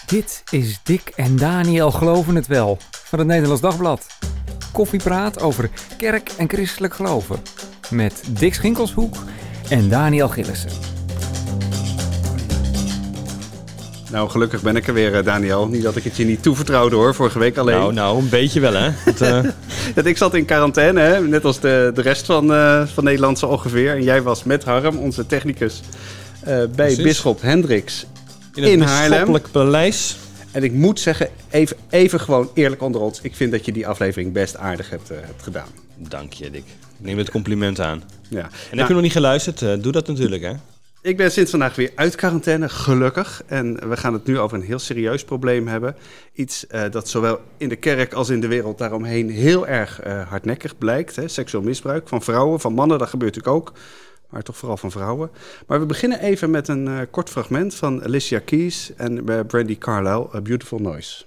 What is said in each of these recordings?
Dit is Dick en Daniel geloven het wel, van het Nederlands Dagblad. Koffiepraat over kerk en christelijk geloven. Met Dick Schinkelshoek en Daniel Gillissen. Nou, gelukkig ben ik er weer, Daniel. Niet dat ik het je niet toevertrouwde hoor, vorige week alleen. Nou, een beetje wel hè. Ik zat in quarantaine, hè? Net als de rest van Nederland zo ongeveer. En jij was met Harm, onze technicus, bij bisschop Hendricks in Haarlem. Bisschoppelijk paleis. En ik moet zeggen, even gewoon eerlijk onder ons. Ik vind dat je die aflevering best aardig hebt gedaan. Dank je, Dick. Ik neem het compliment aan. Ja. En heb je nog niet geluisterd? Doe dat natuurlijk hè. Ik ben sinds vandaag weer uit quarantaine, gelukkig. En we gaan het nu over een heel serieus probleem hebben. Iets dat zowel in de kerk als in de wereld daaromheen heel erg hardnekkig blijkt. Hè? Seksueel misbruik van vrouwen, van mannen, dat gebeurt natuurlijk ook. Maar toch vooral van vrouwen. Maar we beginnen even met een kort fragment van Alicia Keys en Brandi Carlile, A Beautiful Noise.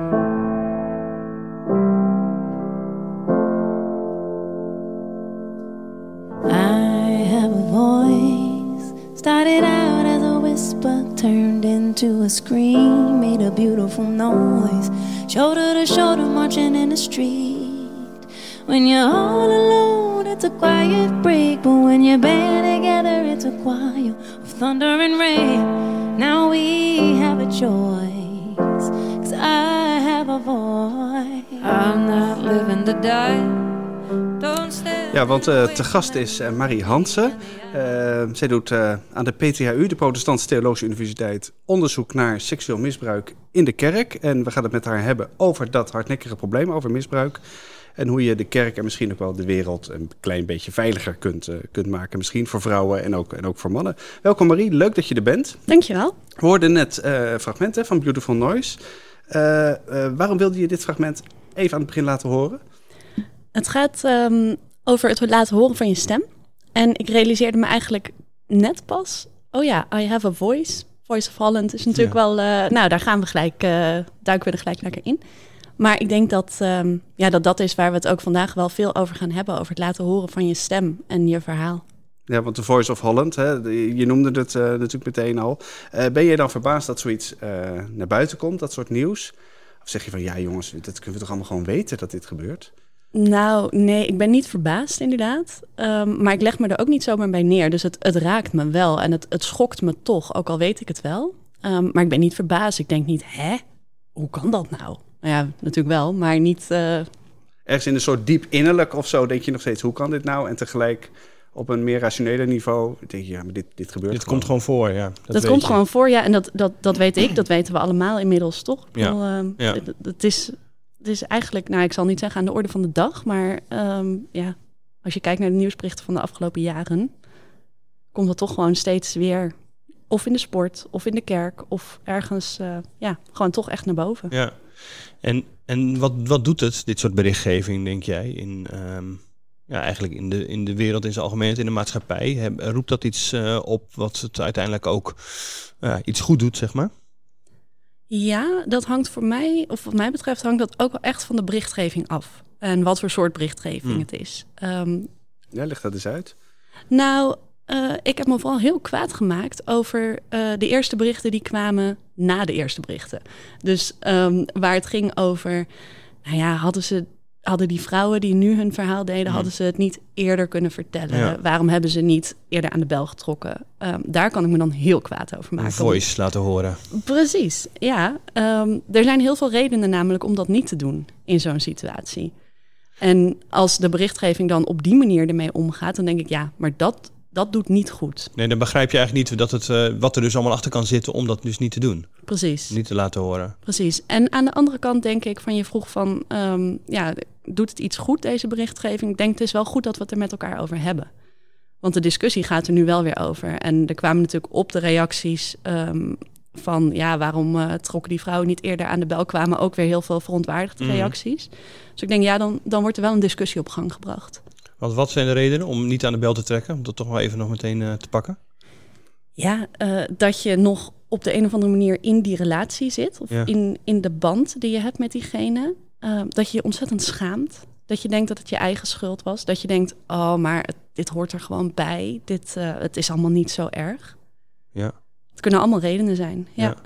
I have a voice. Started out as a whisper, turned into a scream, made a beautiful noise, shoulder to shoulder marching in the street. When you're all alone, it's a quiet break, but when you're band together, it's a choir of thunder and rain. Now we have a choice, 'cause I have a voice. I'm not living to die. Ja, want te gast is Marie Hansen. Zij doet aan de PTHU, de Protestantse Theologische Universiteit, onderzoek naar seksueel misbruik in de kerk. En we gaan het met haar hebben over dat hardnekkige probleem, over misbruik. En hoe je de kerk en misschien ook wel de wereld een klein beetje veiliger kunt maken. Misschien voor vrouwen en ook voor mannen. Welkom Marie, leuk dat je er bent. Dankjewel. We hoorden net fragmenten van Beautiful Noise. Waarom wilde je dit fragment even aan het begin laten horen? Het gaat over het laten horen van je stem. En ik realiseerde me eigenlijk net pas... Oh ja, I have a voice. Voice of Holland is natuurlijk wel... daar gaan we gelijk, duiken we er gelijk lekker in. Maar ik denk dat is waar we het ook vandaag wel veel over gaan hebben. Over het laten horen van je stem en je verhaal. Ja, want de Voice of Holland, hè, je noemde het natuurlijk meteen al. Ben je dan verbaasd dat zoiets naar buiten komt, dat soort nieuws? Of zeg je van, ja jongens, dat kunnen we toch allemaal gewoon weten dat dit gebeurt? Nou, nee, ik ben niet verbaasd inderdaad. Maar ik leg me er ook niet zomaar bij neer. Dus het raakt me wel en het schokt me toch, ook al weet ik het wel. Maar ik ben niet verbaasd. Ik denk niet, hoe kan dat nou? Nou ja, natuurlijk wel, maar niet... Ergens in een soort diep innerlijk of zo denk je nog steeds, hoe kan dit nou? En tegelijk op een meer rationele niveau denk je, ja, maar dit gebeurt. Dit komt gewoon voor, ja. Dat komt gewoon voor, ja. En dat weet ik, dat weten we allemaal inmiddels, toch? Het is eigenlijk, ik zal niet zeggen aan de orde van de dag, maar als je kijkt naar de nieuwsberichten van de afgelopen jaren, komt dat toch gewoon steeds weer, of in de sport, of in de kerk, of ergens, gewoon toch echt naar boven. Ja, en wat doet het, dit soort berichtgeving, denk jij, eigenlijk in de wereld in zijn algemeenheid, in de maatschappij? Roept dat iets op wat het uiteindelijk ook iets goed doet, zeg maar? Ja, dat hangt voor mij, of wat mij betreft, hangt dat ook wel echt van de berichtgeving af. En wat voor soort berichtgeving het is. Leg dat eens uit. Nou, ik heb me vooral heel kwaad gemaakt over de eerste berichten die kwamen na de eerste berichten. Dus waar het ging over, hadden die vrouwen die nu hun verhaal deden, hadden ze het niet eerder kunnen vertellen? Ja. Waarom hebben ze niet eerder aan de bel getrokken? Daar kan ik me dan heel kwaad over maken. Een voice laten horen. Precies, ja. Er zijn heel veel redenen namelijk om dat niet te doen in zo'n situatie. En als de berichtgeving dan op die manier ermee omgaat, dan denk ik, ja, maar dat doet niet goed. Nee, dan begrijp je eigenlijk niet wat er dus allemaal achter kan zitten om dat dus niet te doen. Precies. Niet te laten horen. Precies. En aan de andere kant denk ik van, je vroeg van, doet het iets goed, deze berichtgeving? Ik denk het is wel goed dat we het er met elkaar over hebben. Want de discussie gaat er nu wel weer over. En er kwamen natuurlijk op de reacties van, waarom trokken die vrouwen niet eerder aan de bel, kwamen ook weer heel veel verontwaardigde reacties. Dus ik denk, dan wordt er wel een discussie op gang gebracht. Want wat zijn de redenen om niet aan de bel te trekken? Om dat toch wel even nog meteen te pakken? Ja, dat je nog op de een of andere manier in die relatie zit. Of in de band die je hebt met diegene. Dat je je ontzettend schaamt. Dat je denkt dat het je eigen schuld was. Dat je denkt, maar dit hoort er gewoon bij. Het is allemaal niet zo erg. Ja. Het kunnen allemaal redenen zijn, ja.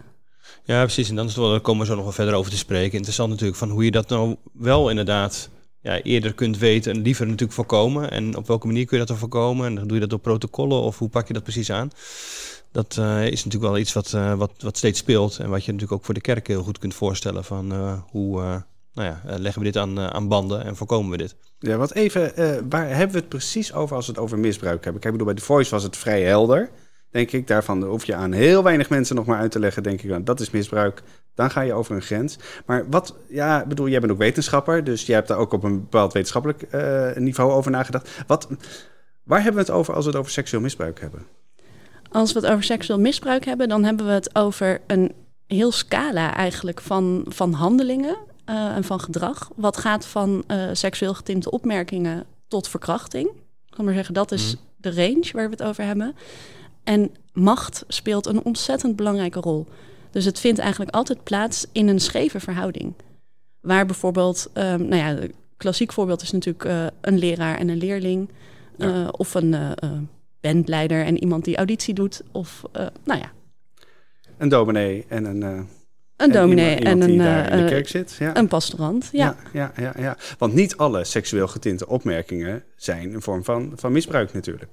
Ja, precies. En dan komen we zo nog wel verder over te spreken. Interessant natuurlijk van hoe je dat nou wel inderdaad eerder kunt weten en liever natuurlijk voorkomen. En op welke manier kun je dat dan voorkomen? En dan doe je dat door protocollen of hoe pak je dat precies aan? Dat is natuurlijk wel iets wat steeds speelt en wat je natuurlijk ook voor de kerk heel goed kunt voorstellen van hoe leggen we dit aan banden en voorkomen we dit. Ja, wat even, waar hebben we het precies over als we het over misbruik hebben? Kijk, ik bedoel, bij The Voice was het vrij helder, denk ik. Daarvan hoef je aan heel weinig mensen nog maar uit te leggen, denk ik. Nou, dat is misbruik, dan ga je over een grens. Maar jij bent ook wetenschapper, dus jij hebt daar ook op een bepaald wetenschappelijk niveau over nagedacht. Waar hebben we het over als we het over seksueel misbruik hebben? Als we het over seksueel misbruik hebben, dan hebben we het over een heel scala eigenlijk van handelingen en van gedrag. Wat gaat van seksueel getinte opmerkingen tot verkrachting. Ik kan maar zeggen, dat is de range waar we het over hebben. En macht speelt een ontzettend belangrijke rol. Dus het vindt eigenlijk altijd plaats in een scheve verhouding. Waar bijvoorbeeld, een klassiek voorbeeld is natuurlijk een leraar en een leerling. Of een bandleider en iemand die auditie doet. Of, een dominee en een dominee en die daar in de kerk zit. Ja. Een pastorant, ja. Ja. Want niet alle seksueel getinte opmerkingen zijn een vorm van misbruik natuurlijk.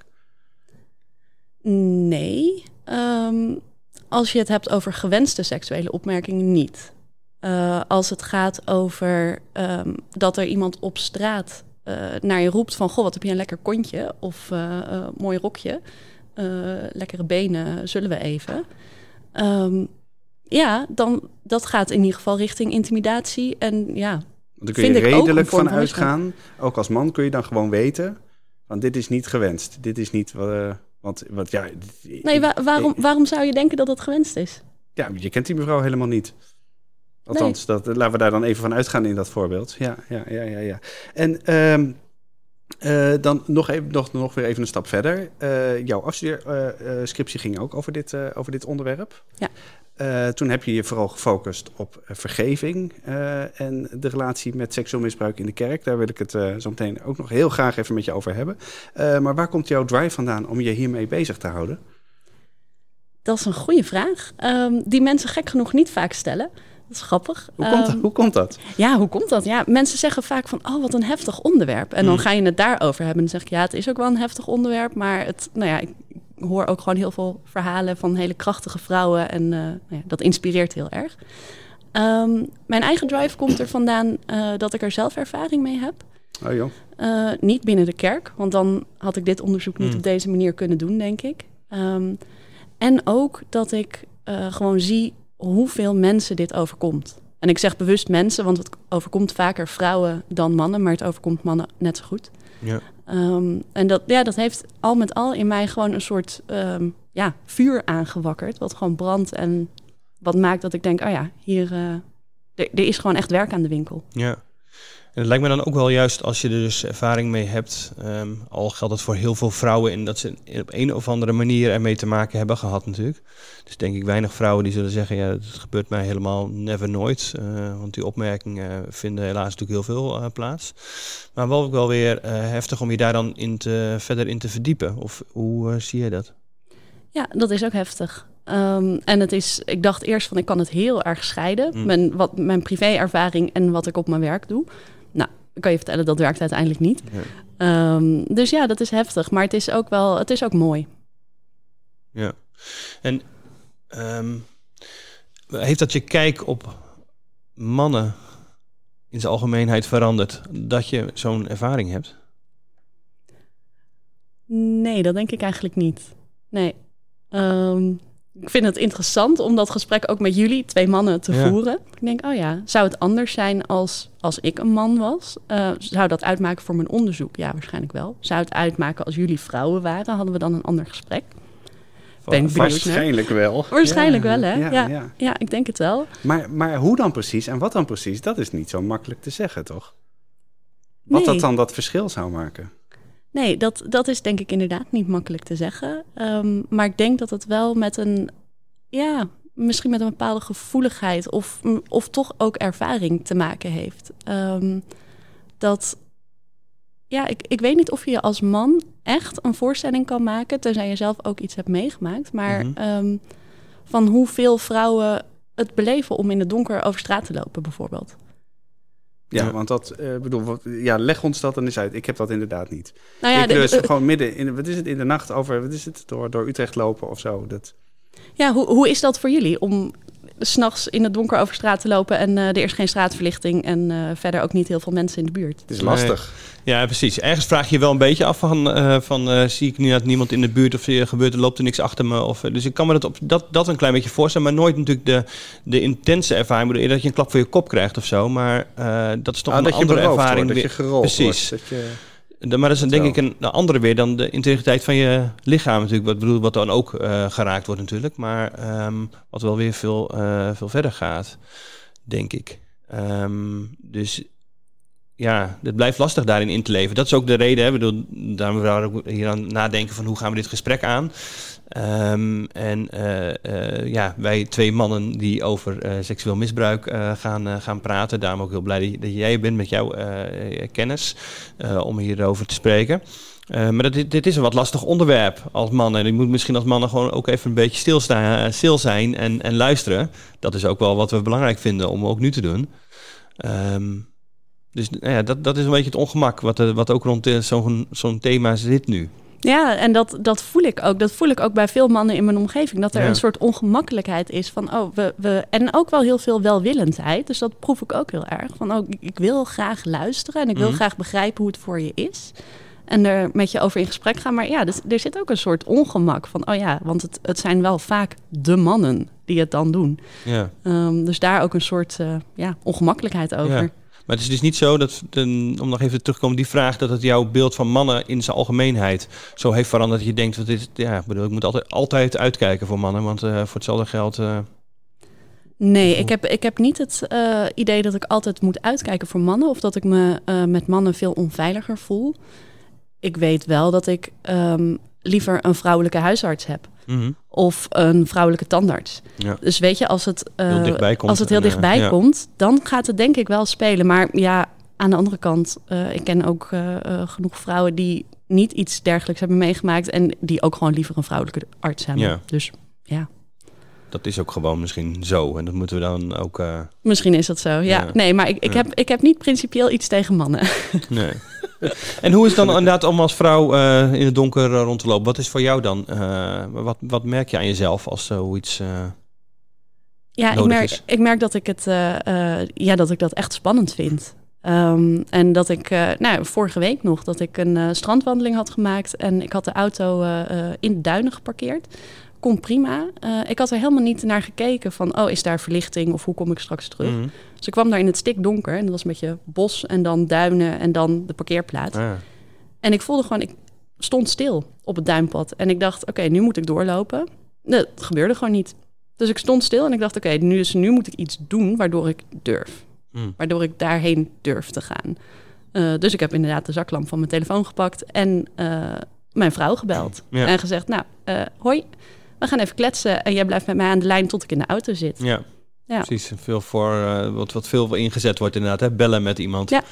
Nee. Als je het hebt over gewenste seksuele opmerkingen, niet. Als het gaat over dat er iemand op straat naar je roept van, goh, wat heb je een lekker kontje of mooi rokje, lekkere benen, zullen we even. Dan dat gaat in ieder geval richting intimidatie en ja. Dan kun je redelijk van uitgaan, ook als man kun je dan gewoon weten, want dit is niet gewenst, dit is niet Nee, waarom zou je denken dat het gewenst is? Ja, je kent die mevrouw helemaal niet. Althans, laten we daar dan even van uitgaan in dat voorbeeld. Ja. En dan nog weer even een stap verder. Jouw afstudeerscriptie ging ook over dit onderwerp. Ja. Toen heb je je vooral gefocust op vergeving en de relatie met seksueel misbruik in de kerk. Daar wil ik het zo meteen ook nog heel graag even met je over hebben. Maar waar komt jouw drive vandaan om je hiermee bezig te houden? Dat is een goede vraag. Die mensen gek genoeg niet vaak stellen. Dat is grappig. Hoe komt dat? Ja, hoe komt dat? Ja, mensen zeggen vaak van, oh, wat een heftig onderwerp. En dan ga je het daarover hebben. En dan zeg ik, ja, het is ook wel een heftig onderwerp. Maar ik hoor ook gewoon heel veel verhalen van hele krachtige vrouwen. En dat inspireert heel erg. Mijn eigen drive komt er vandaan dat ik er zelf ervaring mee heb. Oh joh. Niet binnen de kerk, want dan had ik dit onderzoek niet op deze manier kunnen doen, denk ik. En ook dat ik gewoon zie hoeveel mensen dit overkomt. En ik zeg bewust mensen, want het overkomt vaker vrouwen dan mannen, maar het overkomt mannen net zo goed. Ja. En dat heeft al met al in mij gewoon een soort vuur aangewakkerd, wat gewoon brandt en wat maakt dat ik denk, hier er is gewoon echt werk aan de winkel. Ja. En het lijkt me dan ook wel juist als je er dus ervaring mee hebt, al geldt het voor heel veel vrouwen in dat ze op een of andere manier ermee te maken hebben gehad natuurlijk. Dus denk ik weinig vrouwen die zullen zeggen, ja, dat gebeurt mij helemaal never nooit. Want die opmerkingen vinden helaas natuurlijk heel veel plaats. Maar wel weer heftig om je daar dan verder in te verdiepen. Of hoe zie je dat? Ja, dat is ook heftig. En ik dacht eerst van, ik kan het heel erg scheiden. Mijn privé-ervaring en wat ik op mijn werk doe. Nou, ik kan je vertellen, dat werkt uiteindelijk niet. Ja. Dus ja, dat is heftig. Maar het is ook mooi. Ja. En heeft dat je kijk op mannen in zijn algemeenheid veranderd, dat je zo'n ervaring hebt? Nee, dat denk ik eigenlijk niet. Nee. Ik vind het interessant om dat gesprek ook met jullie, 2 mannen, te voeren. Ik denk, zou het anders zijn als ik een man was? Zou dat uitmaken voor mijn onderzoek? Ja, waarschijnlijk wel. Zou het uitmaken als jullie vrouwen waren? Hadden we dan een ander gesprek? Waarschijnlijk wel. Waarschijnlijk wel, hè? Ja, ik denk het wel. Maar hoe dan precies en wat dan precies? Dat is niet zo makkelijk te zeggen, toch? Wat dat dan dat verschil zou maken? Nee, dat is denk ik inderdaad niet makkelijk te zeggen. Maar ik denk dat het wel met misschien met een bepaalde gevoeligheid of toch ook ervaring te maken heeft. Ik weet niet of je als man echt een voorstelling kan maken, tenzij je zelf ook iets hebt meegemaakt. Maar van hoeveel vrouwen het beleven om in het donker over straat te lopen, bijvoorbeeld. Ja, want dat, leg ons dat dan eens uit. Ik heb dat inderdaad niet. Nou ja, ik dus gewoon midden in de nacht door Utrecht lopen of zo. Ja, hoe is dat voor jullie om 's nachts in het donker over straat te lopen en er is geen straatverlichting en verder ook niet heel veel mensen in de buurt? Het is lastig. Nee. Ja, precies. Ergens vraag je je wel een beetje af van zie ik nu niemand in de buurt of er loopt er niks achter me? Dus ik kan me dat een klein beetje voorstellen, maar nooit natuurlijk de intense ervaring. Eerder dat je een klap voor je kop krijgt of zo, maar dat is toch een andere ervaring. Dat je gerold precies. wordt. Maar dat is denk ik een andere weer dan de integriteit van je lichaam natuurlijk. Wat dan ook geraakt wordt natuurlijk. Maar wat wel weer veel verder gaat, denk ik. Dus ja, het blijft lastig daarin in te leven. Dat is ook de reden. Daarom waren we hier aan nadenken van hoe gaan we dit gesprek aan. Wij 2 mannen die over seksueel misbruik gaan praten. Daarom ook heel blij dat jij bent met jouw kennis om hierover te spreken. Maar dit is een wat lastig onderwerp als mannen. Je moet misschien als mannen gewoon ook even een beetje stil zijn en luisteren. Dat is ook wel wat we belangrijk vinden om ook nu te doen. Dus dat is een beetje het ongemak wat ook rond zo'n thema zit nu. Ja, en dat voel ik ook. Dat voel ik ook bij veel mannen in mijn omgeving. Dat er een soort ongemakkelijkheid is van en ook wel heel veel welwillendheid. Dus dat proef ik ook heel erg. Van ik wil graag luisteren en ik wil graag begrijpen hoe het voor je is. En er met je over in gesprek gaan. Maar ja, dus er zit ook een soort ongemak van want het zijn wel vaak de mannen die het dan doen. Ja. Dus daar ook een soort ongemakkelijkheid over. Ja. Maar het is dus niet zo dat, om nog even terug te komen, die vraag dat het jouw beeld van mannen in zijn algemeenheid zo heeft veranderd dat je denkt, ik moet altijd uitkijken voor mannen, want voor hetzelfde geld... Nee, ik heb niet het idee dat ik altijd moet uitkijken voor mannen of dat ik me met mannen veel onveiliger voel. Ik weet wel dat ik liever een vrouwelijke huisarts heb. Mm-hmm. Of een vrouwelijke tandarts. Ja. Dus weet je, als het heel dichtbij komt, dan gaat het denk ik wel spelen. Maar ja, aan de andere kant, ik ken ook genoeg vrouwen die niet iets dergelijks hebben meegemaakt en die ook gewoon liever een vrouwelijke arts hebben. Ja. Dus ja. Dat is ook gewoon misschien zo. En dat moeten we dan ook... Misschien is dat zo, ja. Nee, maar ik heb niet principieel iets tegen mannen. Nee. En hoe is het dan inderdaad om als vrouw in het donker rond te lopen? Wat is voor jou dan? Wat merk je aan jezelf als zoiets nodig is? Ik merk dat ik dat ik dat echt spannend vind. En dat ik, vorige week nog, dat ik een strandwandeling had gemaakt en ik had de auto in de duinen geparkeerd. Kon prima. Ik had er helemaal niet naar gekeken van, is daar verlichting of hoe kom ik straks terug? Mm-hmm. Dus ik kwam daar in het stikdonker en dat was een beetje bos en dan duinen en dan de parkeerplaats. Ah. En ik voelde gewoon, ik stond stil op het duinpad en ik dacht, oké, nu moet ik doorlopen. Nee, dat gebeurde gewoon niet. Dus ik stond stil en ik dacht, oké, nu moet ik iets doen waardoor ik durf. Waardoor ik daarheen durf te gaan. Dus ik heb inderdaad de zaklamp van mijn telefoon gepakt en mijn vrouw gebeld. Ja. En gezegd, hoi, we gaan even kletsen en jij blijft met mij aan de lijn tot ik in de auto zit. Ja. Precies. Veel wat veel ingezet wordt inderdaad, hè? Bellen met iemand. Ja.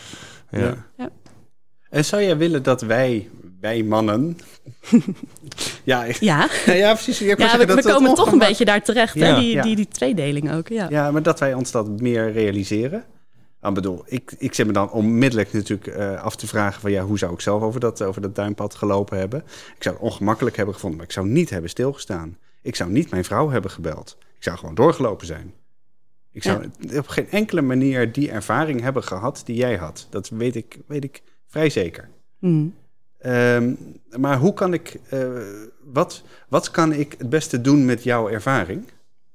En zou jij willen dat wij mannen... Ja, precies. We komen toch een beetje daar terecht, hè? Die tweedeling ook. Ja, maar dat wij ons dat meer realiseren. Ik zit me dan onmiddellijk natuurlijk af te vragen van hoe zou ik zelf over dat duinpad gelopen hebben. Ik zou het ongemakkelijk hebben gevonden, maar ik zou niet hebben stilgestaan. Ik zou niet mijn vrouw hebben gebeld. Ik zou gewoon doorgelopen zijn. Ik zou op geen enkele manier die ervaring hebben gehad die jij had. Dat weet ik vrij zeker. Mm. Maar hoe kan ik... wat kan ik het beste doen met jouw ervaring?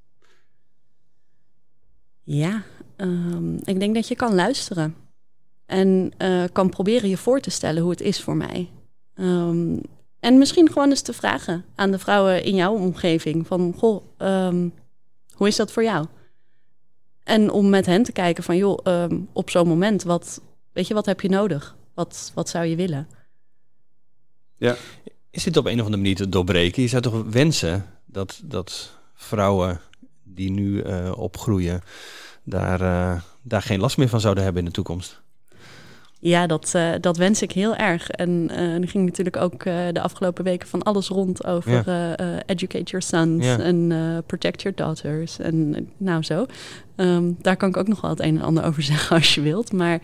Ja, ik denk dat je kan luisteren. En kan proberen je voor te stellen hoe het is voor mij. En misschien gewoon eens te vragen aan de vrouwen in jouw omgeving. Van, hoe is dat voor jou? En om met hen te kijken van, op zo'n moment, wat heb je nodig? Wat zou je willen? Ja. Is dit op een of andere manier te doorbreken? Je zou toch wensen dat vrouwen die nu opgroeien daar geen last meer van zouden hebben in de toekomst? Ja, dat wens ik heel erg. En er ging natuurlijk ook de afgelopen weken van alles rond over educate your sons en protect your daughters en nou zo. Daar kan ik ook nog wel het een en ander over zeggen als je wilt. Maar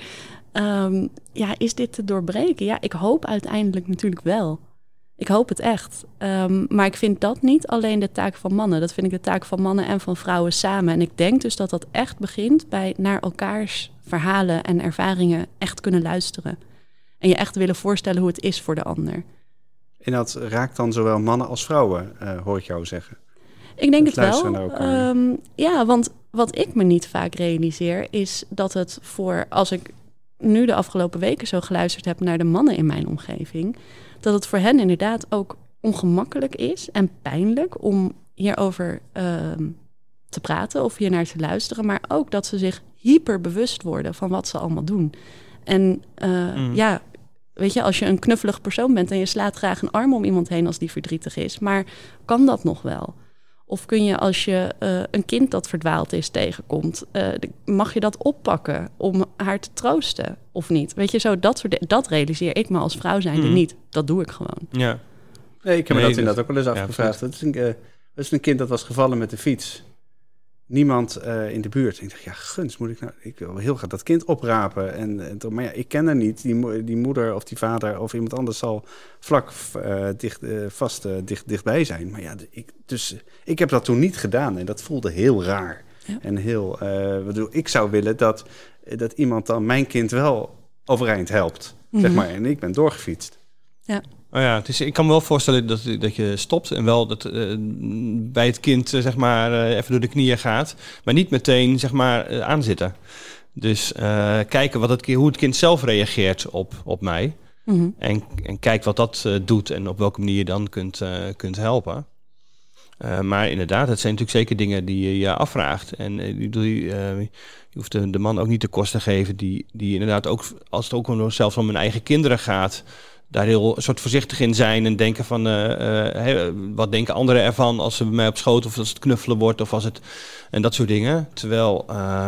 is dit te doorbreken? Ja, ik hoop uiteindelijk natuurlijk wel. Ik hoop het echt. Maar ik vind dat niet alleen de taak van mannen. Dat vind ik de taak van mannen en van vrouwen samen. En ik denk dus dat dat echt begint bij naar elkaars verhalen en ervaringen echt kunnen luisteren. En je echt willen voorstellen hoe het is voor de ander. En dat raakt dan zowel mannen als vrouwen, hoor ik jou zeggen. Ik denk het wel. Want wat ik me niet vaak realiseer is dat het als ik nu de afgelopen weken zo geluisterd heb naar de mannen in mijn omgeving, dat het voor hen inderdaad ook ongemakkelijk is en pijnlijk om hierover te praten of hier naar te luisteren, maar ook dat ze zich hyperbewust worden van wat ze allemaal doen. En weet je, als je een knuffelig persoon bent en je slaat graag een arm om iemand heen als die verdrietig is, maar kan dat nog wel? Of kun je als je een kind dat verdwaald is tegenkomt, mag je dat oppakken om haar te troosten of niet? Weet je, zo dat realiseer ik me als vrouw zijnde niet. Dat doe ik gewoon. Ja. Nee, ik heb me dat inderdaad ook wel eens afgevraagd. Het is een kind dat was gevallen met de fiets. Niemand in de buurt. Ik dacht, guns, ik wil heel graag dat kind oprapen. Maar ja, ik ken haar niet. Die moeder of die vader of iemand anders zal vlak dichtbij zijn. Maar ja, ik heb dat toen niet gedaan en dat voelde heel raar. Ja. En heel, ik zou willen dat iemand dan mijn kind wel overeind helpt, zeg maar. En ik ben doorgefietst. Ja. Oh ja, ik kan me wel voorstellen dat je stopt en wel dat bij het kind even door de knieën gaat, maar niet meteen aanzitten. Dus kijken hoe het kind zelf reageert op mij. Mm-hmm. En kijk wat dat doet en op welke manier je dan kunt helpen. Maar inderdaad, het zijn natuurlijk zeker dingen die je je afvraagt. En je hoeft de man ook niet de kost te geven die inderdaad ook, als het ook zelfs om hun eigen kinderen gaat, daar heel soort voorzichtig in zijn en denken van wat denken anderen ervan als ze bij mij op schoot of als het knuffelen wordt of als het en dat soort dingen. Terwijl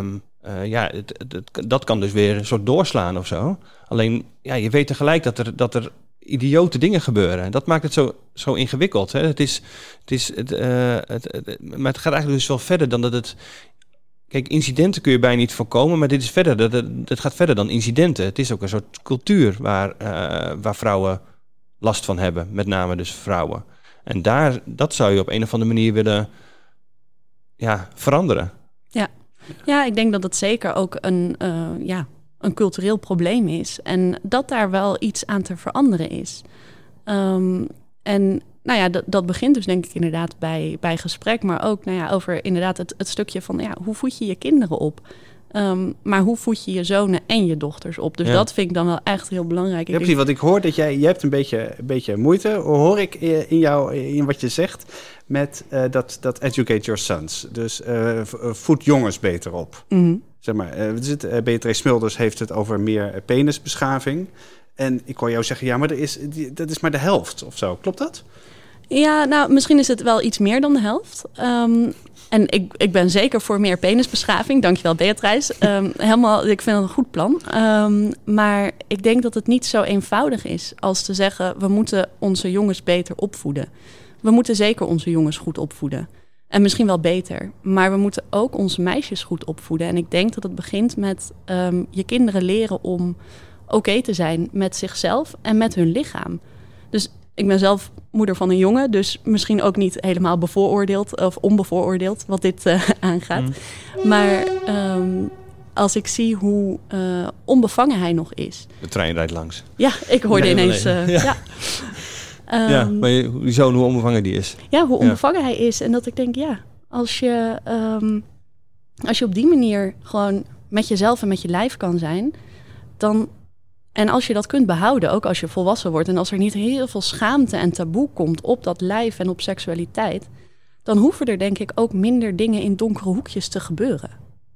dat kan dus weer een soort doorslaan of zo. Alleen je weet tegelijk dat er idiote dingen gebeuren. Dat maakt het zo ingewikkeld. Hè? Maar het gaat eigenlijk dus wel verder dan dat het. Kijk, incidenten kun je bijna niet voorkomen, maar dit is verder. Dat gaat verder dan incidenten. Het is ook een soort cultuur waar vrouwen last van hebben, met name dus vrouwen. En dat zou je op een of andere manier willen veranderen. Ja, ik denk dat het zeker ook een cultureel probleem is. En dat daar wel iets aan te veranderen is. Dat begint dus denk ik inderdaad bij gesprek, maar ook over inderdaad het stukje van hoe voed je je kinderen op? Maar hoe voed je je zonen en je dochters op? Dus dat vind ik dan wel echt heel belangrijk. Ja, precies, want ik hoor dat jij hebt een beetje moeite, hoor ik in wat je zegt, met dat educate your sons. Dus voed jongens beter op. Mm-hmm. Zeg maar, Beatrice Smulders heeft het over meer penisbeschaving. En ik hoor jou zeggen, maar dat is maar de helft of zo. Klopt dat? Ja, nou, misschien is het wel iets meer dan de helft. En ik ben zeker voor meer penisbeschaving. Dankjewel, Beatrice. Ik vind dat een goed plan. Maar ik denk dat het niet zo eenvoudig is als te zeggen, we moeten onze jongens beter opvoeden. We moeten zeker onze jongens goed opvoeden. En misschien wel beter. Maar we moeten ook onze meisjes goed opvoeden. En ik denk dat het begint met je kinderen leren om oké te zijn met zichzelf en met hun lichaam. Dus ik ben zelf moeder van een jongen, dus misschien ook niet helemaal bevooroordeeld of onbevooroordeeld wat dit aangaat. Maar als ik zie hoe onbevangen hij nog is. De trein rijdt langs. Ja, ik hoorde ineens. Maar je zoon, hoe onbevangen die is. Ja, hoe onbevangen hij is. En dat ik denk, als je op die manier gewoon met jezelf en met je lijf kan zijn, dan. En als je dat kunt behouden, ook als je volwassen wordt, en als er niet heel veel schaamte en taboe komt op dat lijf en op seksualiteit, dan hoeven er denk ik ook minder dingen in donkere hoekjes te gebeuren.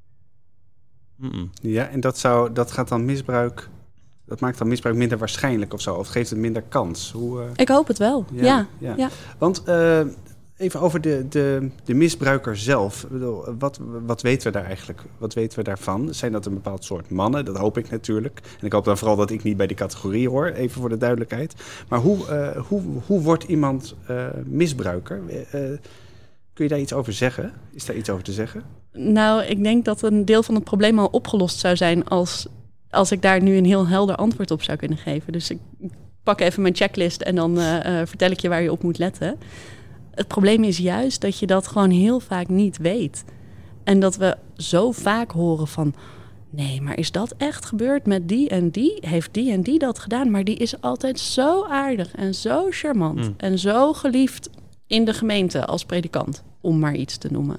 Ja, en dat gaat dan misbruik. Dat maakt dan misbruik minder waarschijnlijk of zo? Of geeft het minder kans? Ik hoop het wel, ja. Want Even over de misbruiker zelf. Ik bedoel, wat weten we daar eigenlijk? Wat weten we daarvan? Zijn dat een bepaald soort mannen? Dat hoop ik natuurlijk. En ik hoop dan vooral dat ik niet bij die categorie hoor. Even voor de duidelijkheid. Maar hoe wordt iemand misbruiker? Kun je daar iets over zeggen? Is daar iets over te zeggen? Nou, ik denk dat een deel van het probleem al opgelost zou zijn als ik daar nu een heel helder antwoord op zou kunnen geven. Dus ik pak even mijn checklist en dan vertel ik je waar je op moet letten. Het probleem is juist dat je dat gewoon heel vaak niet weet. En dat we zo vaak horen van... nee, maar is dat echt gebeurd met die en die? Heeft die en die dat gedaan? Maar die is altijd zo aardig en zo charmant... en zo geliefd in de gemeente als predikant, om maar iets te noemen.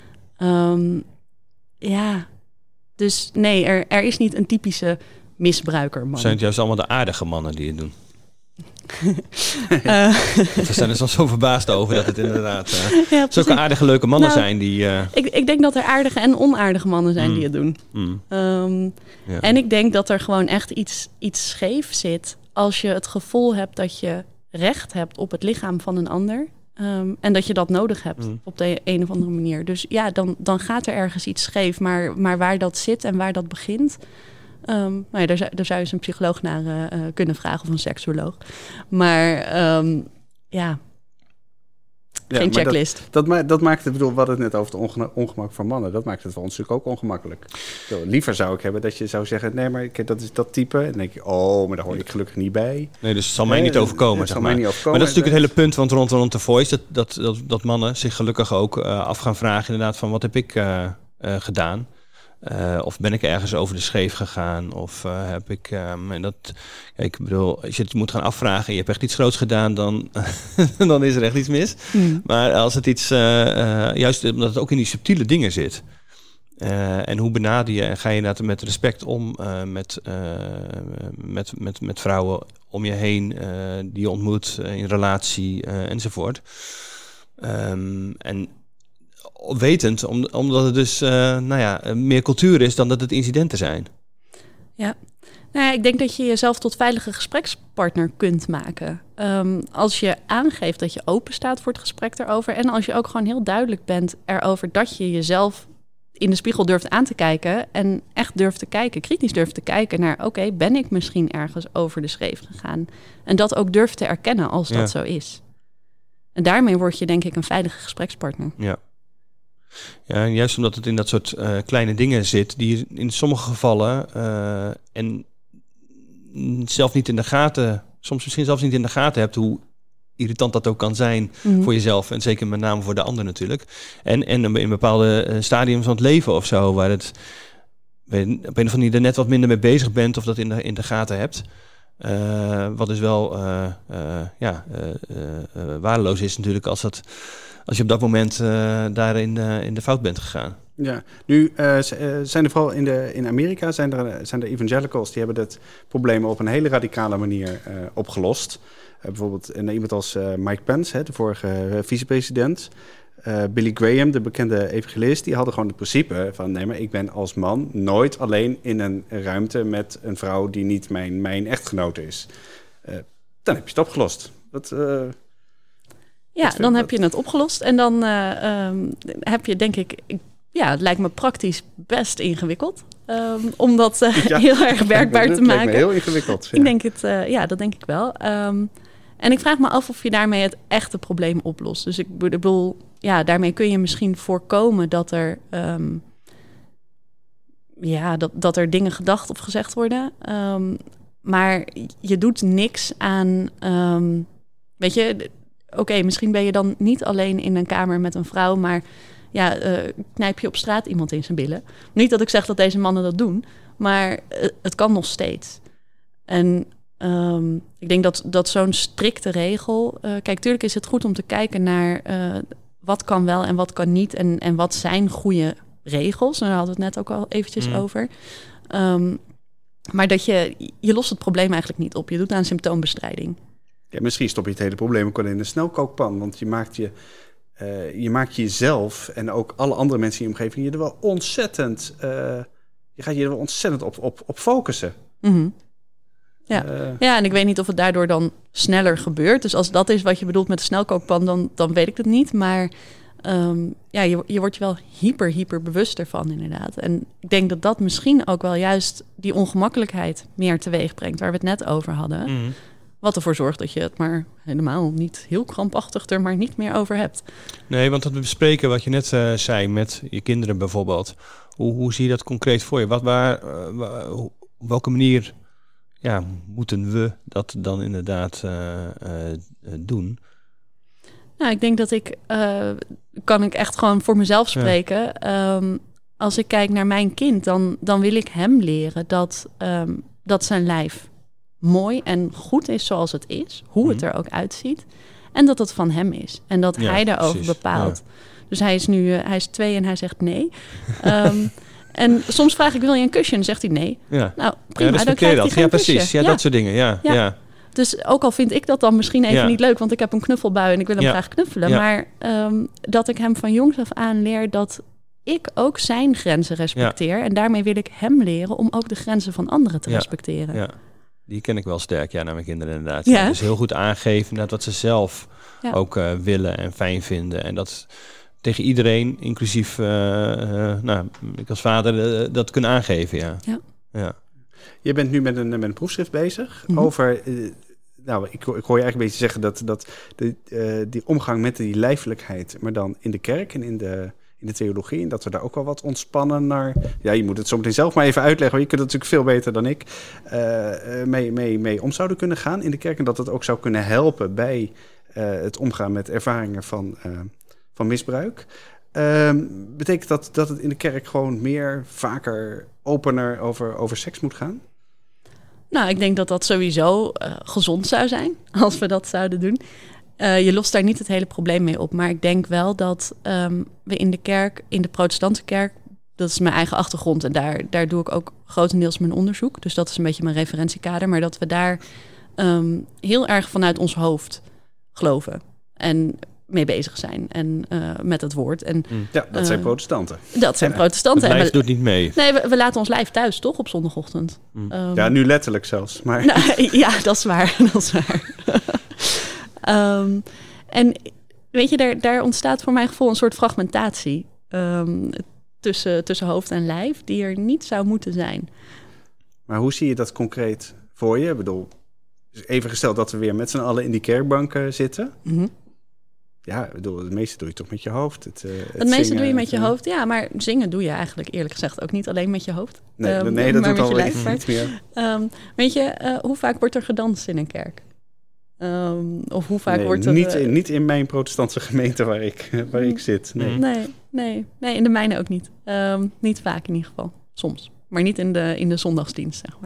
Dus nee, er is niet een typische misbruikerman. Zijn het juist allemaal de aardige mannen die het doen? We zijn er soms zo verbaasd over dat het inderdaad zulke aardige leuke mannen zijn die... Ik denk dat er aardige en onaardige mannen zijn die het doen. En ik denk dat er gewoon echt iets scheef zit als je het gevoel hebt dat je recht hebt op het lichaam van een ander. En dat je dat nodig hebt op de een of andere manier. Dus ja, dan gaat er ergens iets scheef. Maar waar dat zit en waar dat begint... daar zou je eens een psycholoog naar kunnen vragen of een seksuoloog. Maar geen checklist. Dat maakt het, bedoel, we hadden het net over het ongemak van mannen. Dat maakt het voor ons natuurlijk ook ongemakkelijk. Liever zou ik hebben dat je zou zeggen... nee, maar dat is dat type. En dan denk je, maar daar hoor ik gelukkig niet bij. Nee, dus het zal mij niet overkomen, zeg maar. Maar dat is natuurlijk het hele punt want rond The Voice... dat mannen zich gelukkig ook af gaan vragen... inderdaad, van wat heb ik gedaan... of ben ik ergens over de scheef gegaan? Of heb ik... ik bedoel, als je het moet gaan afvragen... je hebt echt iets groots gedaan... dan is er echt iets mis. Maar als het iets... juist omdat het ook in die subtiele dingen zit... en hoe benader je... en ga je inderdaad met respect om... met vrouwen om je heen... die je ontmoet in relatie enzovoort. En... wetend, omdat het dus meer cultuur is dan dat het incidenten zijn. Ja, ik denk dat je jezelf tot veilige gesprekspartner kunt maken. Als je aangeeft dat je open staat voor het gesprek erover... en als je ook gewoon heel duidelijk bent erover... dat je jezelf in de spiegel durft aan te kijken... en echt durft te kijken, kritisch durft te kijken naar... oké, ben ik misschien ergens over de scheef gegaan? En dat ook durft te erkennen als dat zo is. En daarmee word je denk ik een veilige gesprekspartner. Ja. Ja, juist omdat het in dat soort kleine dingen zit... die je in sommige gevallen... en zelf niet in de gaten... soms misschien zelfs niet in de gaten hebt... hoe irritant dat ook kan zijn voor jezelf... en zeker met name voor de ander natuurlijk. En in bepaalde stadiums van het leven of zo... waar het op een of andere manier er net wat minder mee bezig bent... of dat in de gaten hebt... wat dus wel waardeloos is natuurlijk... als je op dat moment daarin in de fout bent gegaan. Ja, nu zijn er vooral in Amerika zijn er evangelicals... die hebben dat probleem op een hele radicale manier opgelost. Bijvoorbeeld iemand als Mike Pence, de vorige vicepresident... Billy Graham, de bekende evangelist... die hadden gewoon het principe van... nee, maar ik ben als man nooit alleen in een ruimte... met een vrouw die niet mijn echtgenote is. Dan heb je het opgelost. Dan heb je het opgelost. En dan heb je, denk ik... het lijkt me praktisch best ingewikkeld. Om dat heel erg werkbaar te maken. Het lijkt me heel ingewikkeld. Ja. Ik denk het, dat denk ik wel. En ik vraag me af of je daarmee het echte probleem oplost. Dus ik bedoel, daarmee kun je misschien voorkomen dat er... dat er dingen gedacht of gezegd worden. Maar je doet niks aan... weet je... Oké, misschien ben je dan niet alleen in een kamer met een vrouw... maar knijp je op straat iemand in zijn billen. Niet dat ik zeg dat deze mannen dat doen... maar het kan nog steeds. En ik denk dat zo'n strikte regel... kijk, tuurlijk is het goed om te kijken naar... wat kan wel en wat kan niet... en wat zijn goede regels. En daar hadden we het net ook al eventjes over. Maar dat je lost het probleem eigenlijk niet op. Je doet aan symptoombestrijding. Ja, misschien stop je het hele probleem ook wel in de snelkookpan. Want je maakt jezelf en ook alle andere mensen in je omgeving... je er wel ontzettend... je gaat je er wel ontzettend op focussen. Ja, en ik weet niet of het daardoor dan sneller gebeurt. Dus als dat is wat je bedoelt met de snelkookpan, dan weet ik het niet. Maar je wordt je wel hyper bewust ervan inderdaad. En ik denk dat dat misschien ook wel juist die ongemakkelijkheid meer teweeg brengt, waar we het net over hadden. Mm. Wat ervoor zorgt dat je het maar helemaal niet heel krampachtig er maar niet meer over hebt. Nee, want dat we bespreken wat je net zei met je kinderen bijvoorbeeld. Hoe zie je dat concreet voor je? Op welke manier moeten we dat dan inderdaad doen? Nou, ik denk dat kan ik echt gewoon voor mezelf spreken. Ja. Als ik kijk naar mijn kind, dan wil ik hem leren dat zijn lijf mooi en goed is zoals het is. Hoe het er ook uitziet. En dat het van hem is. En dat hij daarover bepaalt. Ja. Dus hij is 2 en hij zegt nee. En soms vraag ik, wil je een kusje? En dan zegt hij nee. Ja. Nou, prima, dan krijgt hij geen kusje. Precies. Ja, dat soort dingen. Ja. Dus ook al vind ik dat dan misschien even niet leuk, want ik heb een knuffelbui en ik wil hem graag knuffelen. Ja. Maar dat ik hem van jongs af aan leer dat ik ook zijn grenzen respecteer. Ja. En daarmee wil ik hem leren om ook de grenzen van anderen te respecteren. Ja. Die ken ik wel sterk, naar mijn kinderen inderdaad. Ja. Dus heel goed aangeven wat ze zelf ook willen en fijn vinden. En dat tegen iedereen, inclusief ik als vader, dat kunnen aangeven. Ja. Je bent nu met een proefschrift bezig over... ik hoor je eigenlijk een beetje zeggen dat die omgang met die lijfelijkheid, maar dan in de kerk en in de theologie, en dat we daar ook wel wat ontspannen naar... Ja, je moet het zo meteen zelf maar even uitleggen, want je kunt het natuurlijk veel beter dan ik, mee om zouden kunnen gaan in de kerk. En dat het ook zou kunnen helpen bij het omgaan met ervaringen van misbruik. Betekent dat het in de kerk gewoon vaker, opener over seks moet gaan? Nou, ik denk dat dat sowieso gezond zou zijn als we dat zouden doen. Je lost daar niet het hele probleem mee op. Maar ik denk wel dat we in de kerk, in de protestantse kerk, dat is mijn eigen achtergrond en daar doe ik ook grotendeels mijn onderzoek. Dus dat is een beetje mijn referentiekader. Maar dat we daar heel erg vanuit ons hoofd geloven en mee bezig zijn en met het woord. En, dat zijn protestanten. Dat zijn protestanten. Het lijf doet niet mee. Nee, we laten ons lijf thuis, toch, op zondagochtend. Nu letterlijk zelfs. Maar... Nou, dat is waar. En weet je, daar ontstaat voor mijn gevoel een soort fragmentatie tussen hoofd en lijf die er niet zou moeten zijn. Maar hoe zie je dat concreet voor je? Ik bedoel, even gesteld dat we weer met z'n allen in die kerkbanken zitten. Mm-hmm. Ja, ik bedoel, het meeste doe je toch met je hoofd. Het meeste zingen, doe je met je hoofd, ja. Maar zingen doe je eigenlijk eerlijk gezegd ook niet alleen met je hoofd. Nee, dat doet al niet meer. Weet je, hoe vaak wordt er gedanst in een kerk? Of hoe vaak wordt er... Niet in mijn protestantse gemeente waar ik zit. Nee, in de mijne ook niet. Niet vaak in ieder geval. Soms. Maar niet in de zondagsdienst, zeg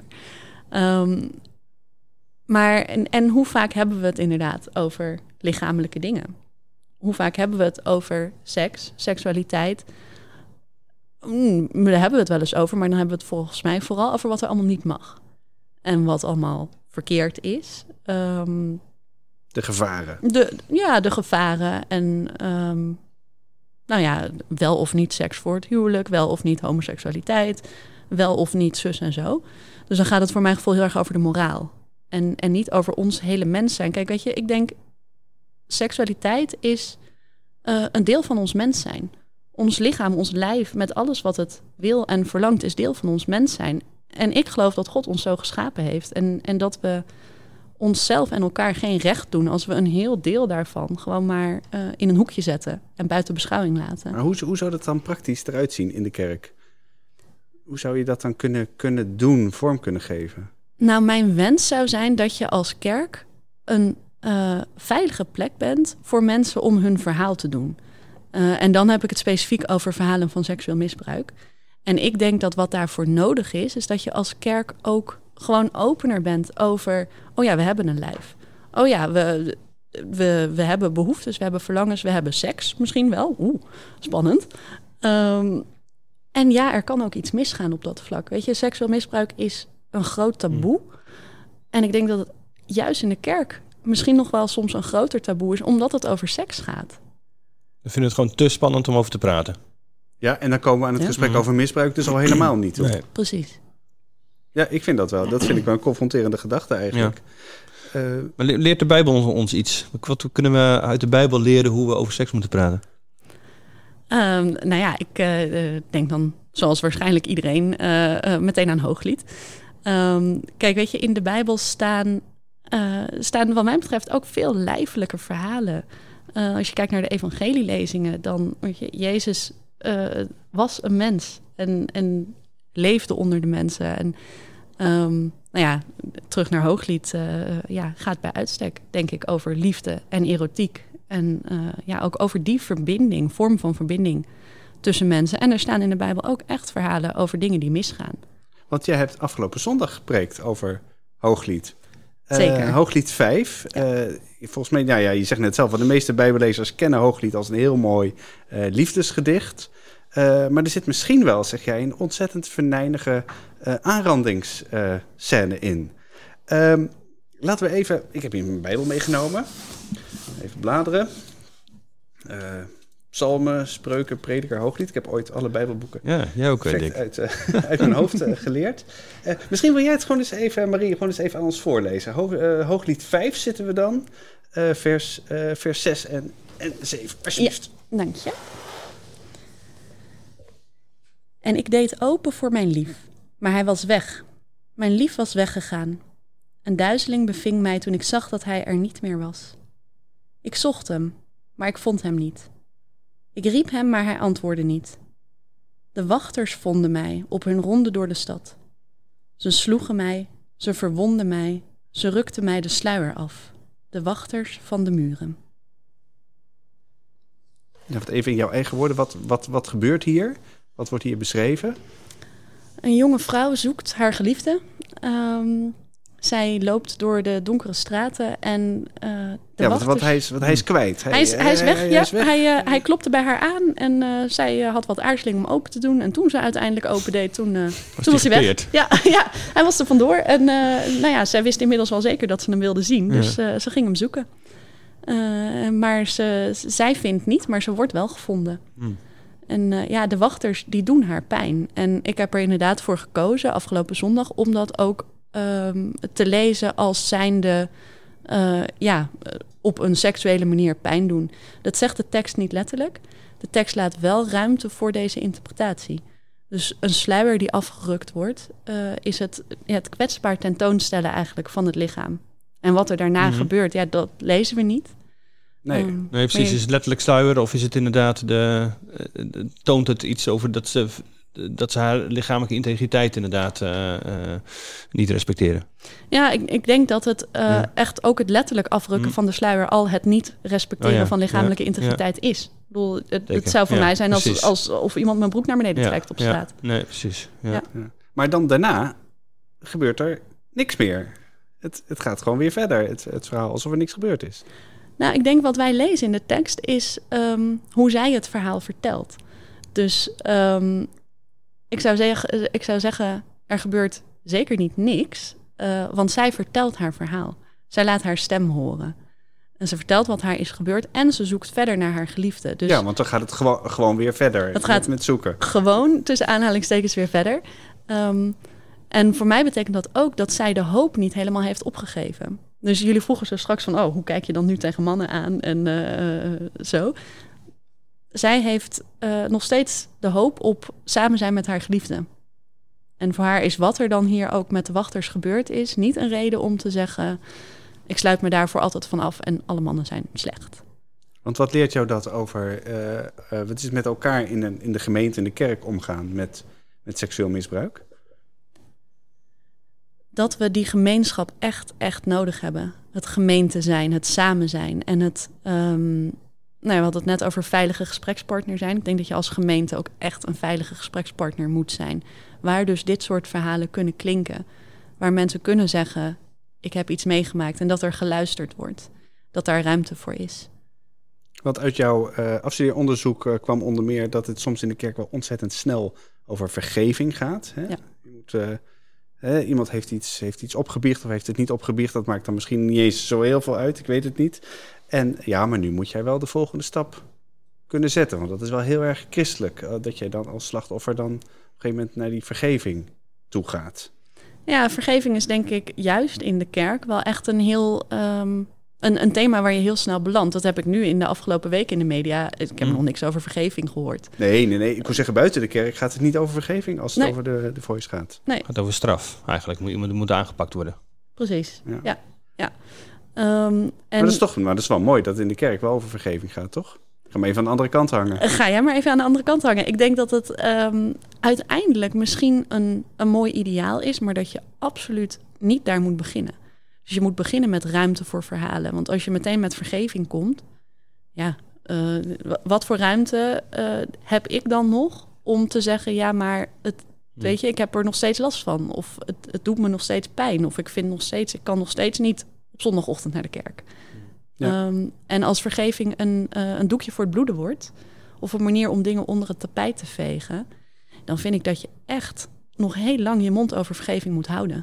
maar. En hoe vaak hebben we het inderdaad over lichamelijke dingen? Hoe vaak hebben we het over seks, seksualiteit? Daar hebben we het wel eens over, maar dan hebben we het volgens mij vooral over wat er allemaal niet mag. En wat allemaal verkeerd is. De gevaren. De gevaren. En wel of niet seks voor het huwelijk, wel of niet homoseksualiteit, wel of niet zus en zo. Dus dan gaat het voor mijn gevoel heel erg over de moraal. En niet over ons hele mens zijn. Kijk, weet je, ik denk, seksualiteit is een deel van ons mens zijn. Ons lichaam, ons lijf, met alles wat het wil en verlangt, is deel van ons mens zijn. En ik geloof dat God ons zo geschapen heeft. En dat we onszelf en elkaar geen recht doen als we een heel deel daarvan gewoon maar in een hoekje zetten en buiten beschouwing laten. Maar hoe zou dat dan praktisch eruit zien in de kerk? Hoe zou je dat dan kunnen doen, vorm kunnen geven? Nou, mijn wens zou zijn dat je als kerk een veilige plek bent voor mensen om hun verhaal te doen. En dan heb ik het specifiek over verhalen van seksueel misbruik. En ik denk dat wat daarvoor nodig is dat je als kerk ook gewoon opener bent over, we hebben een lijf. We hebben behoeftes, we hebben verlangens, we hebben seks misschien wel. Spannend. En er kan ook iets misgaan op dat vlak. Weet je, seksueel misbruik is een groot taboe. En ik denk dat het juist in de kerk misschien nog wel soms een groter taboe is, omdat het over seks gaat. We vinden het gewoon te spannend om over te praten. Ja, en dan komen we aan het gesprek over misbruik dus al helemaal niet. Hoor. Nee. Precies. Ja, ik vind dat wel. Dat vind ik wel een confronterende gedachte eigenlijk. Ja. Maar leert de Bijbel ons iets? Wat kunnen we uit de Bijbel leren hoe we over seks moeten praten? Ik denk dan, zoals waarschijnlijk iedereen, meteen aan Hooglied. Kijk, weet je, in de Bijbel staan wat mij betreft ook veel lijfelijke verhalen. Als je kijkt naar de evangelielezingen, dan weet je, Jezus was een mens en leefde onder de mensen. En terug naar Hooglied gaat bij uitstek, denk ik, over liefde en erotiek. En ook over die vorm van verbinding tussen mensen. En er staan in de Bijbel ook echt verhalen over dingen die misgaan. Want jij hebt afgelopen zondag gepreekt over Hooglied. Zeker. Hooglied 5. Ja. Volgens mij, je zegt net zelf, de meeste Bijbellezers kennen Hooglied als een heel mooi liefdesgedicht. Maar er zit misschien wel, zeg jij, een ontzettend venijnige aanrandingsscène in. Laten we even... Ik heb hier mijn Bijbel meegenomen. Even bladeren. Psalmen, Spreuken, Prediker, Hooglied. Ik heb ooit alle Bijbelboeken jij ook, Dick. uit mijn hoofd geleerd. Misschien wil jij het gewoon eens even, Marie, gewoon eens even aan ons voorlezen. Hooglied 5 zitten we dan. Vers 6 en 7, alsjeblieft. Ja, dank je. En ik deed open voor mijn lief, maar hij was weg. Mijn lief was weggegaan. Een duizeling beving mij toen ik zag dat hij er niet meer was. Ik zocht hem, maar ik vond hem niet. Ik riep hem, maar hij antwoordde niet. De wachters vonden mij op hun ronde door de stad. Ze sloegen mij, ze verwonden mij, ze rukten mij de sluier af. De wachters van de muren. Ja, even in jouw eigen woorden, wat gebeurt hier? Wat wordt hier beschreven? Een jonge vrouw zoekt haar geliefde. Zij loopt door de donkere straten en wachters... Want hij is kwijt. Hij is weg. Hij klopte bij haar aan en zij had wat aarzeling om open te doen. En toen ze uiteindelijk open deed, toen was hij weg. Ja, hij was er vandoor. En zij wist inmiddels wel zeker dat ze hem wilde zien. Dus ze ging hem zoeken. Maar zij vindt niet, maar ze wordt wel gevonden. En de wachters, die doen haar pijn. En ik heb er inderdaad voor gekozen afgelopen zondag om dat ook te lezen als zijnde op een seksuele manier pijn doen. Dat zegt de tekst niet letterlijk. De tekst laat wel ruimte voor deze interpretatie. Dus een sluier die afgerukt wordt, is het kwetsbaar tentoonstellen eigenlijk van het lichaam. En wat er daarna gebeurt, dat lezen we niet. Nee, precies. Is het letterlijk sluier of is het inderdaad toont het iets over dat ze haar lichamelijke integriteit inderdaad niet respecteren? Ja, ik denk dat het echt ook het letterlijk afrukken van de sluier al het niet respecteren van lichamelijke integriteit is. Ik bedoel, het zou voor mij zijn alsof iemand mijn broek naar beneden trekt op straat. Nee, precies. Ja. Maar dan daarna gebeurt er niks meer. Het gaat gewoon weer verder. Het verhaal alsof er niks gebeurd is. Nou, ik denk wat wij lezen in de tekst is hoe zij het verhaal vertelt. Dus ik zou zeggen, er gebeurt zeker niet niks, want zij vertelt haar verhaal. Zij laat haar stem horen. En ze vertelt wat haar is gebeurd en ze zoekt verder naar haar geliefde. Dus ja, want dan gaat het gewoon weer verder met zoeken. Gewoon, tussen aanhalingstekens, weer verder. En voor mij betekent dat ook dat zij de hoop niet helemaal heeft opgegeven. Dus jullie vroegen zo straks van, hoe kijk je dan nu tegen mannen aan en zo. Zij heeft nog steeds de hoop op samen zijn met haar geliefde. En voor haar is wat er dan hier ook met de wachters gebeurd is niet een reden om te zeggen, ik sluit me daar voor altijd van af en alle mannen zijn slecht. Want wat leert jou dat over wat is met elkaar in de gemeente, in de kerk omgaan met seksueel misbruik? Dat we die gemeenschap echt nodig hebben. Het gemeente zijn, het samen zijn en het... we hadden het net over veilige gesprekspartner zijn. Ik denk dat je als gemeente ook echt een veilige gesprekspartner moet zijn. Waar dus dit soort verhalen kunnen klinken. Waar mensen kunnen zeggen, ik heb iets meegemaakt en dat er geluisterd wordt. Dat daar ruimte voor is. Want uit jouw afstudeeronderzoek kwam onder meer dat het soms in de kerk wel ontzettend snel over vergeving gaat. Hè? Ja. Je moet... iemand heeft iets opgebiecht of heeft het niet opgebiecht. Dat maakt dan misschien niet eens zo heel veel uit. Ik weet het niet. En ja, maar nu moet jij wel de volgende stap kunnen zetten. Want dat is wel heel erg christelijk. Dat jij dan als slachtoffer dan op een gegeven moment naar die vergeving toe gaat. Ja, vergeving is denk ik juist in de kerk wel echt een heel... Een thema waar je heel snel belandt. Dat heb ik nu in de afgelopen week in de media. Ik heb nog niks over vergeving gehoord. Nee. Ik wil zeggen, buiten de kerk gaat het niet over vergeving als het over de Voice gaat. Nee. Het gaat over straf eigenlijk. Iemand moet aangepakt worden. Precies, ja. Maar dat is wel mooi dat het in de kerk wel over vergeving gaat, toch? Ga maar even aan de andere kant hangen. Ga jij maar even aan de andere kant hangen. Ik denk dat het uiteindelijk misschien een mooi ideaal is, maar dat je absoluut niet daar moet beginnen. Dus je moet beginnen met ruimte voor verhalen. Want als je meteen met vergeving komt, wat voor ruimte heb ik dan nog om te zeggen, ja, maar weet je, ik heb er nog steeds last van. Of het doet me nog steeds pijn. Of ik kan nog steeds niet op zondagochtend naar de kerk. Ja. En als vergeving een doekje voor het bloeden wordt, of een manier om dingen onder het tapijt te vegen, dan vind ik dat je echt nog heel lang je mond over vergeving moet houden.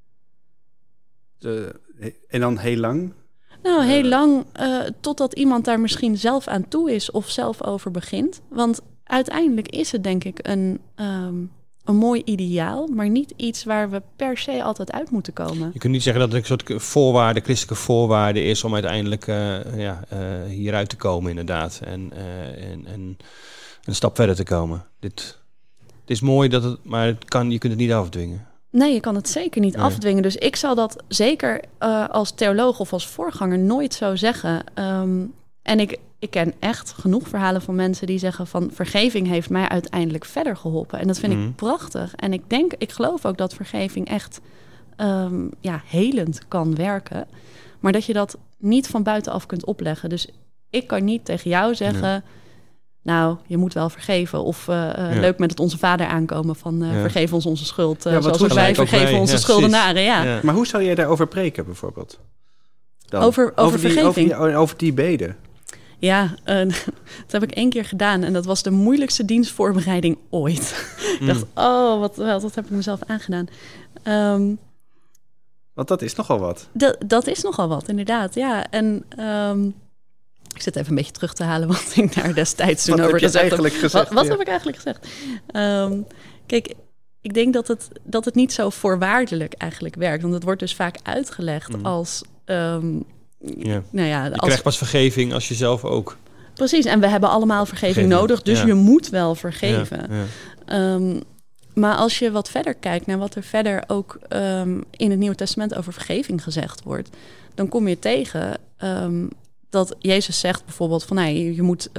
En dan heel lang? Nou, heel lang totdat iemand daar misschien zelf aan toe is of zelf over begint. Want uiteindelijk is het denk ik een mooi ideaal, maar niet iets waar we per se altijd uit moeten komen. Je kunt niet zeggen dat het een soort christelijke voorwaarde is om uiteindelijk hieruit te komen inderdaad. En een stap verder te komen. Het is mooi, maar je kunt het niet afdwingen. Nee, je kan het zeker niet afdwingen. Dus ik zal dat zeker als theoloog of als voorganger nooit zo zeggen. En ik ken echt genoeg verhalen van mensen die zeggen van vergeving heeft mij uiteindelijk verder geholpen. En dat vind ik prachtig. En ik geloof ook dat vergeving echt helend kan werken. Maar dat je dat niet van buitenaf kunt opleggen. Dus ik kan niet tegen jou zeggen, nou, je moet wel vergeven. Of leuk met het Onze Vader aankomen van vergeef ons onze schuld. Zoals wij vergeven onze schuldenaren. Ja. Maar hoe zou jij daarover preken bijvoorbeeld? Dan? Over vergeving? Over die beden. Ja, dat heb ik 1 keer gedaan. En dat was de moeilijkste dienstvoorbereiding ooit. Ik dacht, wat heb ik mezelf aangedaan. Want dat is nogal wat. Dat is nogal wat, inderdaad. Ja, en ik zit even een beetje terug te halen wat ik daar destijds toen over gezegd heb. Wat heb ik eigenlijk gezegd? Kijk, ik denk dat het niet zo voorwaardelijk eigenlijk werkt. Want het wordt dus vaak uitgelegd als... je krijgt pas vergeving als je zelf ook. Precies, en we hebben allemaal vergeving nodig, dus je moet wel vergeven. Maar als je wat verder kijkt naar wat er verder ook in het Nieuwe Testament over vergeving gezegd wordt, dan kom je tegen dat Jezus zegt bijvoorbeeld van je moet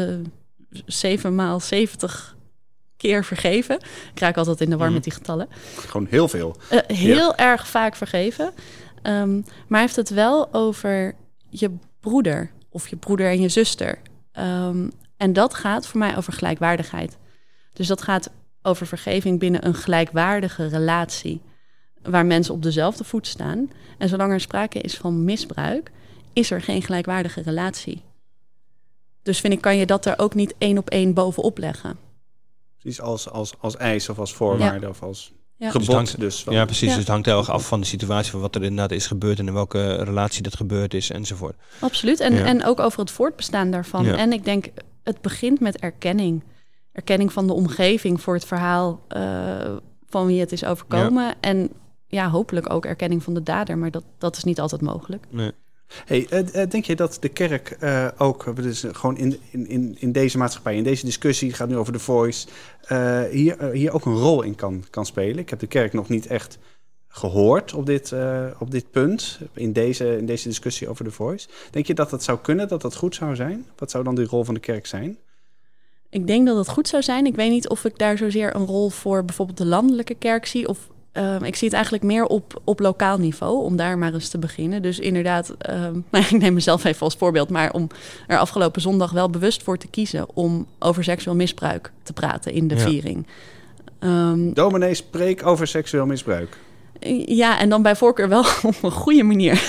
7 maal 70 keer vergeven. Ik raak altijd in de war met die getallen. Gewoon heel veel. Heel erg vaak vergeven. Maar hij heeft het wel over je broeder of je broeder en je zuster. En dat gaat voor mij over gelijkwaardigheid. Dus dat gaat over vergeving binnen een gelijkwaardige relatie, waar mensen op dezelfde voet staan. En zolang er sprake is van misbruik, is er geen gelijkwaardige relatie. Dus vind ik, kan je dat er ook niet 1 op 1 bovenop leggen. Precies als eis of als voorwaarde of als... Ja. Gebod dus. Ja, precies. Ja. Dus het hangt heel erg af van de situatie, van wat er inderdaad is gebeurd en in welke relatie dat gebeurd is enzovoort. Absoluut. En ook over het voortbestaan daarvan. Ja. En ik denk, het begint met erkenning. Erkenning van de omgeving voor het verhaal van wie het is overkomen. Ja. En hopelijk ook erkenning van de dader. Maar dat is niet altijd mogelijk. Nee. Hey, denk je dat de kerk ook, dus gewoon in deze maatschappij, in deze discussie, het gaat nu over The Voice, hier ook een rol in kan spelen? Ik heb de kerk nog niet echt gehoord op dit punt, in deze discussie over The Voice. Denk je dat dat zou kunnen, dat dat goed zou zijn? Wat zou dan die rol van de kerk zijn? Ik denk dat het goed zou zijn. Ik weet niet of ik daar zozeer een rol voor bijvoorbeeld de landelijke kerk zie, of ik zie het eigenlijk meer op lokaal niveau, om daar maar eens te beginnen. Dus inderdaad, ik neem mezelf even als voorbeeld, maar om er afgelopen zondag wel bewust voor te kiezen om over seksueel misbruik te praten in de viering. Dominee, spreek over seksueel misbruik. Ja, en dan bij voorkeur wel op een goede manier.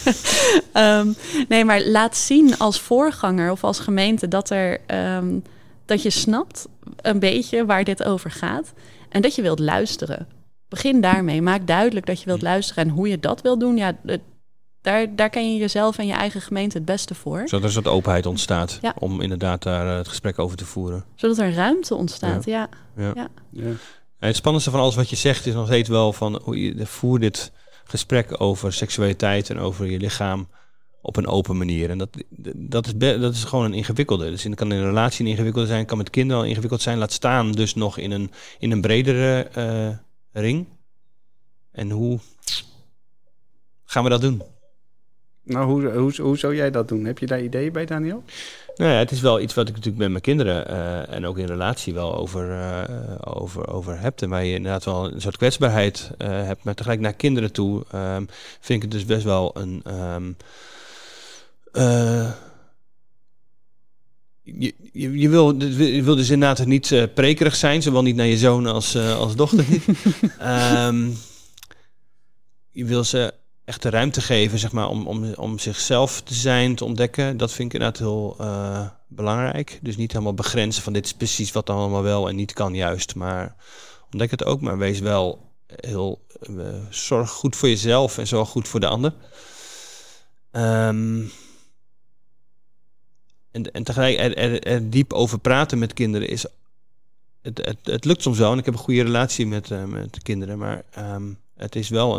Nee, maar laat zien als voorganger of als gemeente dat je snapt een beetje waar dit over gaat en dat je wilt luisteren. Begin daarmee. Maak duidelijk dat je wilt luisteren. En hoe je dat wilt doen, daar ken je jezelf en je eigen gemeente het beste voor. Zodat er een soort openheid ontstaat om inderdaad daar het gesprek over te voeren. Zodat er ruimte ontstaat, ja. Het spannendste van alles wat je zegt is nog steeds wel van hoe je voer dit gesprek over seksualiteit en over je lichaam op een open manier. En dat is gewoon een ingewikkelde. Dus het kan in een relatie een ingewikkelde zijn, kan met kinderen al ingewikkeld zijn. Laat staan dus nog in een bredere ring. En hoe gaan we dat doen? Nou, hoe zou jij dat doen? Heb je daar ideeën bij, Daniel? Nou ja, het is wel iets wat ik natuurlijk met mijn kinderen en ook in relatie wel over heb. En waar je inderdaad wel een soort kwetsbaarheid hebt. Maar tegelijk naar kinderen toe vind ik het dus best wel een... Je wil dus inderdaad niet prekerig zijn, zowel niet naar je zoon als dochter niet. Je wil ze echt de ruimte geven, zeg maar, om zichzelf te zijn, te ontdekken. Dat vind ik inderdaad heel belangrijk. Dus niet helemaal begrenzen van dit is precies wat dan allemaal wel en niet kan juist. Maar ontdek het ook, maar wees wel heel... zorg goed voor jezelf en zorg goed voor de ander. En tegelijk er diep over praten met kinderen is... Het lukt soms wel en ik heb een goede relatie met de kinderen, maar het is wel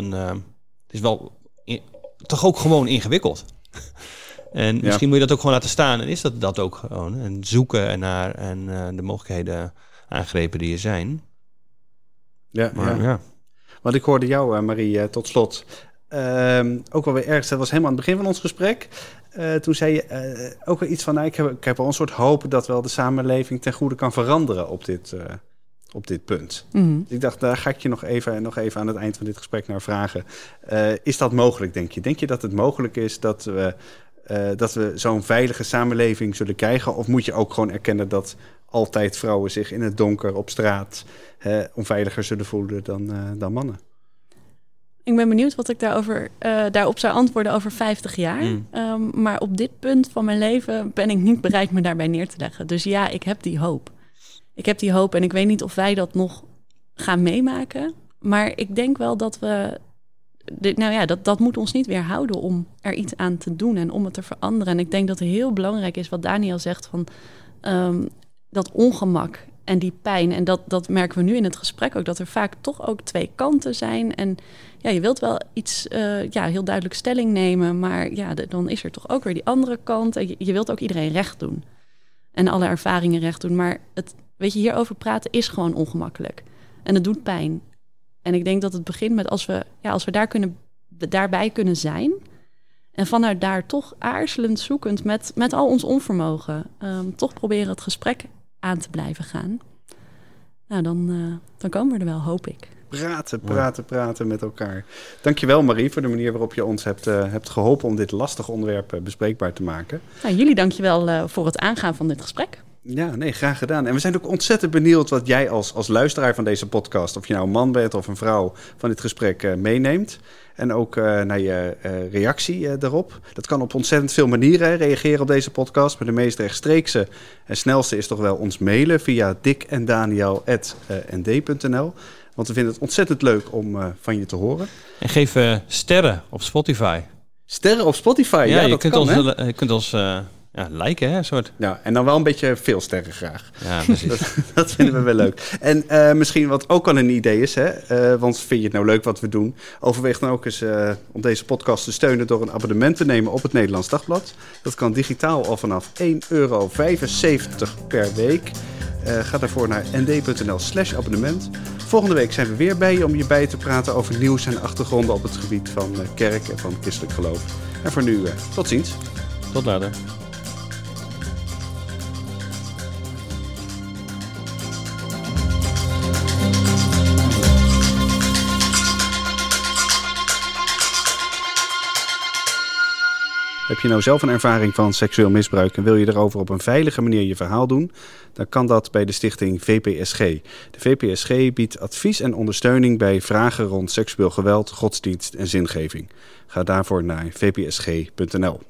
toch ook gewoon ingewikkeld. En misschien moet je dat ook gewoon laten staan en is dat ook gewoon. En zoeken ernaar en de mogelijkheden aangrepen die er zijn. Ja. Want ik hoorde jou, Marie, tot slot... ook wel weer ergens, dat was helemaal aan het begin van ons gesprek. Toen zei je ook wel iets van... ik heb wel een soort hoop dat wel de samenleving ten goede kan veranderen op dit punt. Mm-hmm. Ik dacht, daar ga ik je nog even aan het eind van dit gesprek naar vragen. Is dat mogelijk, denk je? Denk je dat het mogelijk is dat we zo'n veilige samenleving zullen krijgen? Of moet je ook gewoon erkennen dat altijd vrouwen zich in het donker op straat onveiliger zullen voelen dan mannen? Ik ben benieuwd wat ik daarop zou antwoorden over 50 jaar. Maar op dit punt van mijn leven ben ik niet bereid me daarbij neer te leggen. Dus ja, ik heb die hoop. Ik heb die hoop en ik weet niet of wij dat nog gaan meemaken. Maar ik denk wel dat dat moet ons niet weerhouden om er iets aan te doen en om het te veranderen. En ik denk dat het heel belangrijk is wat Daniel zegt van dat ongemak en die pijn. En dat merken we nu in het gesprek ook, dat er vaak toch ook twee kanten zijn. En ja, je wilt wel iets heel duidelijk stelling nemen, maar ja, dan is er toch ook weer die andere kant. En je wilt ook iedereen recht doen en alle ervaringen recht doen. Maar hierover praten is gewoon ongemakkelijk. En het doet pijn. En ik denk dat het begint met als we daarbij kunnen zijn en vanuit daar toch aarzelend zoekend met al ons onvermogen toch proberen het gesprek aan te blijven gaan. Nou, dan komen we er wel, hoop ik. Praten met elkaar. Dankjewel, Marie, voor de manier waarop je ons hebt geholpen om dit lastige onderwerp bespreekbaar te maken. Nou, jullie dankjewel voor het aangaan van dit gesprek. Ja, nee, graag gedaan. En we zijn ook ontzettend benieuwd wat jij als luisteraar van deze podcast, of je nou een man bent of een vrouw, van dit gesprek meeneemt. En ook naar je reactie daarop. Dat kan op ontzettend veel manieren, reageren op deze podcast. Maar de meest rechtstreekse en snelste is toch wel ons mailen via dikendaniel@nd.nl. Want we vinden het ontzettend leuk om van je te horen. En geef sterren op Spotify. Sterren op Spotify? Ja, je kunt ons liken, hè, soort. Ja, en dan wel een beetje veel sterren graag. Ja, precies. dat vinden we wel leuk. En misschien wat ook al een idee is, want vind je het nou leuk wat we doen? Overweeg dan ook eens om deze podcast te steunen door een abonnement te nemen op het Nederlands Dagblad. Dat kan digitaal al vanaf €1,75 per week. Ga daarvoor naar nd.nl/abonnement. Volgende week zijn we weer bij je om je bij te praten over nieuws en achtergronden op het gebied van kerk en van christelijk geloof. En voor nu, tot ziens. Tot later. Heb je nou zelf een ervaring van seksueel misbruik en wil je erover op een veilige manier je verhaal doen? Dan kan dat bij de stichting VPSG. De VPSG biedt advies en ondersteuning bij vragen rond seksueel geweld, godsdienst en zingeving. Ga daarvoor naar vpsg.nl.